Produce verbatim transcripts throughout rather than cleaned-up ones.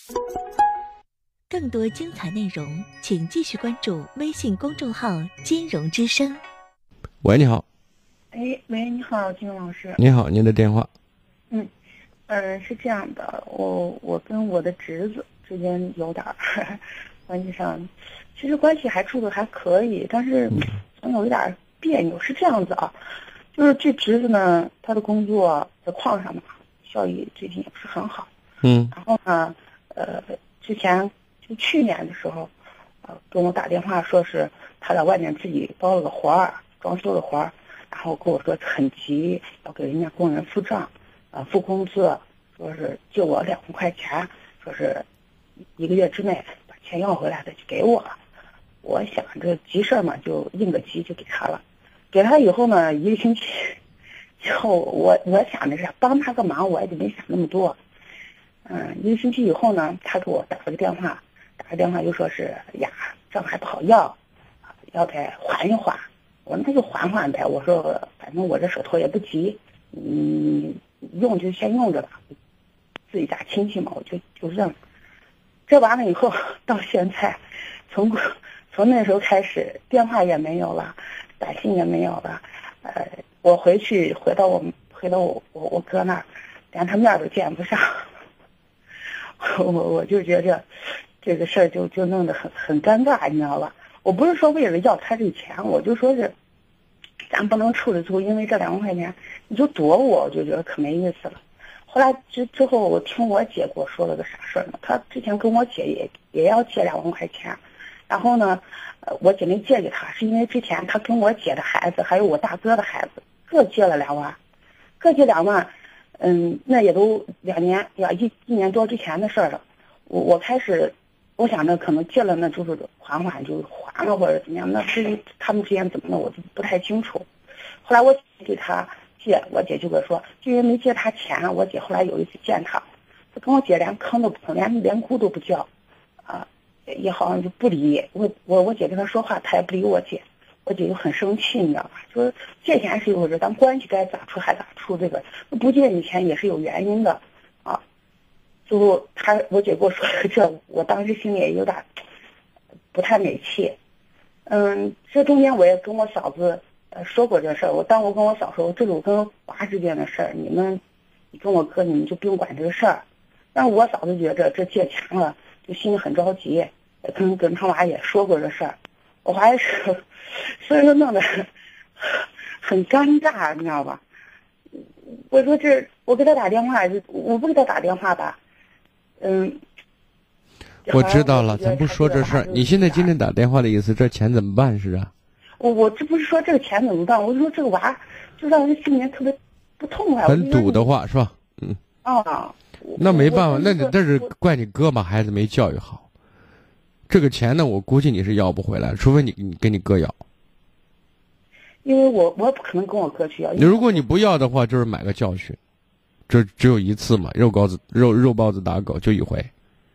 更多精彩内容，请继续关注微信公众号“金融之声”。 喂，你好。 哎，喂，你好，金融老师。 你好，您的电话。 嗯，呃，是这样的，我我跟我的侄子之间有点儿关系上，其实关系还处的还可以，但是总有一点别扭。是这样子啊，就是这侄子呢，他的工作在矿上嘛，效益最近也不是很好。 嗯。 然后呢，呃，之前就去年的时候，呃，跟我打电话说是他在外面自己包了个活儿，装修的活儿。然后跟我说很急，要给人家工人付账，呃，付工资，说是借我两万块钱，说是一个月之内把钱要回来的就给我了。我想着急事嘛，就应个急就给他了。给他以后呢，一个星期以后，我我想着是帮他个忙，我也就没想那么多。嗯，一个星期以后呢，他给我打了个电话，打个电话就说是呀，账还不好要，要得还一还。我说那就还还呗，我说反正我这手头也不急，嗯，用就先用着吧，自己家亲戚嘛，我就就认了。这完了以后，到现在，从从那时候开始，电话也没有了，短信也没有了，呃，我回去回到我回到我我我哥那儿，连他面都见不上，我我就觉着这个事儿就就弄得很很尴尬，你知道吧？我不是说为了要他这钱，我就说是，咱不能处得住，因为这两万块钱你就躲我，我就觉得可没意思了。后来之之后，我听我姐给我说了个啥事儿呢？她之前跟我姐也也要借两万块钱，然后呢，呃，我姐没借给她，是因为之前她跟我姐的孩子还有我大哥的孩子各借了两万，各借两万，嗯，那也都两年呀一一年多之前的事儿了。我我开始。我想着可能借了，那就是还还就还了或者怎么样。那至于他们之间怎么的，我就不太清楚。后来我姐给他借，我姐就跟我说，就因为没借他钱，我姐后来有一次见他，他跟我姐连吭都不吭，连连姑都不叫，啊，也好像就不理我。我我姐跟他说话，他也不理我姐。我姐就很生气，你知道吧？说借钱是一回事，咱关系该咋处还咋处，这个不借你钱也是有原因的啊。最后他我姐跟我说这，我当时心里也有点不太美气。嗯，这中间我也跟我嫂子呃说过这事儿。我当我跟我嫂说，这是我跟娃之间的事儿，你们你跟我哥你们就不用管这个事儿。但我嫂子觉着这借钱了，就心里很着急，跟跟他娃也说过这事儿。我还是所以说弄得很尴尬，你知道吧？我说这我给他打电话，我不给他打电话吧。嗯， 我知道了，咱不说这事儿。你现在今天打电话的意思，这钱怎么办是啊？ 我我这不是说这个钱怎么办，我就说这个娃就让人心里面特别不痛快， 很堵的话是吧？嗯。 啊。 那没办法，那你这是怪你哥把孩子没教育好。这个钱呢，我估计你是要不回来，除非你你跟你哥要。 因为我我不可能跟我哥去要。 如果你不要的话，就是买个教训。这只有一次嘛，肉包子肉肉包子打狗就一回，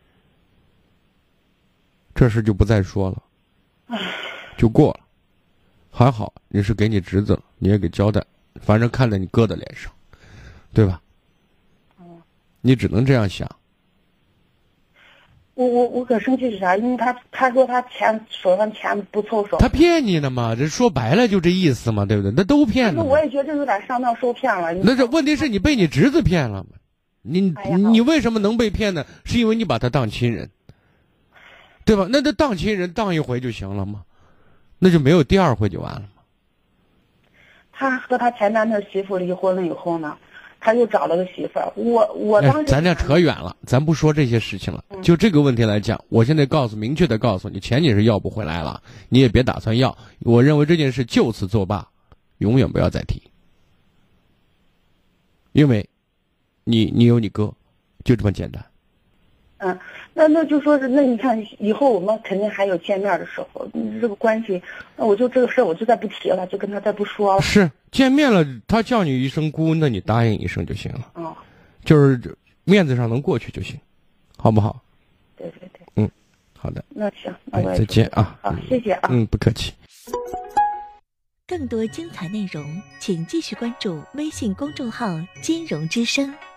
这事就不再说了，就过了。还好你是给你侄子了，你也给交代，反正看在你哥的脸上，对吧？你只能这样想。 我我我可生气是啥？因为他他说他钱手上钱不凑手， 他骗你呢嘛？这说白了就这意思嘛，对不对？那都骗了。 我也觉得有点上当受骗了。 那这问题是你被你侄子骗了嘛？你、哎、你为什么能被骗呢？是因为你把他当亲人，对吧？那这当亲人当一回就行了吗？那就没有第二回就完了吗？ 他和他前男的媳妇离婚了以后呢？他又找了个媳妇儿，我我当时、 哎、咱这扯远了，咱不说这些事情了。嗯、就这个问题来讲，我现在告诉明确的告诉你，钱你是要不回来了，你也别打算要。我认为这件事就此作罢，永远不要再提。因为你你有你哥，就这么简单。 嗯，那那就说是，那你看以后我们肯定还有见面的时候，这个关系，那我就这个事儿我就再不提了，就跟他再不说了。 是见面了，他叫你一声姑，那你答应一声就行了。 哦， 就是面子上能过去就行，好不好？ 对对对。 嗯，好的。 那行，那我哎、再见啊。 好，谢谢啊。 嗯，不客气。 更多精彩内容，请继续关注微信公众号“金融之声”。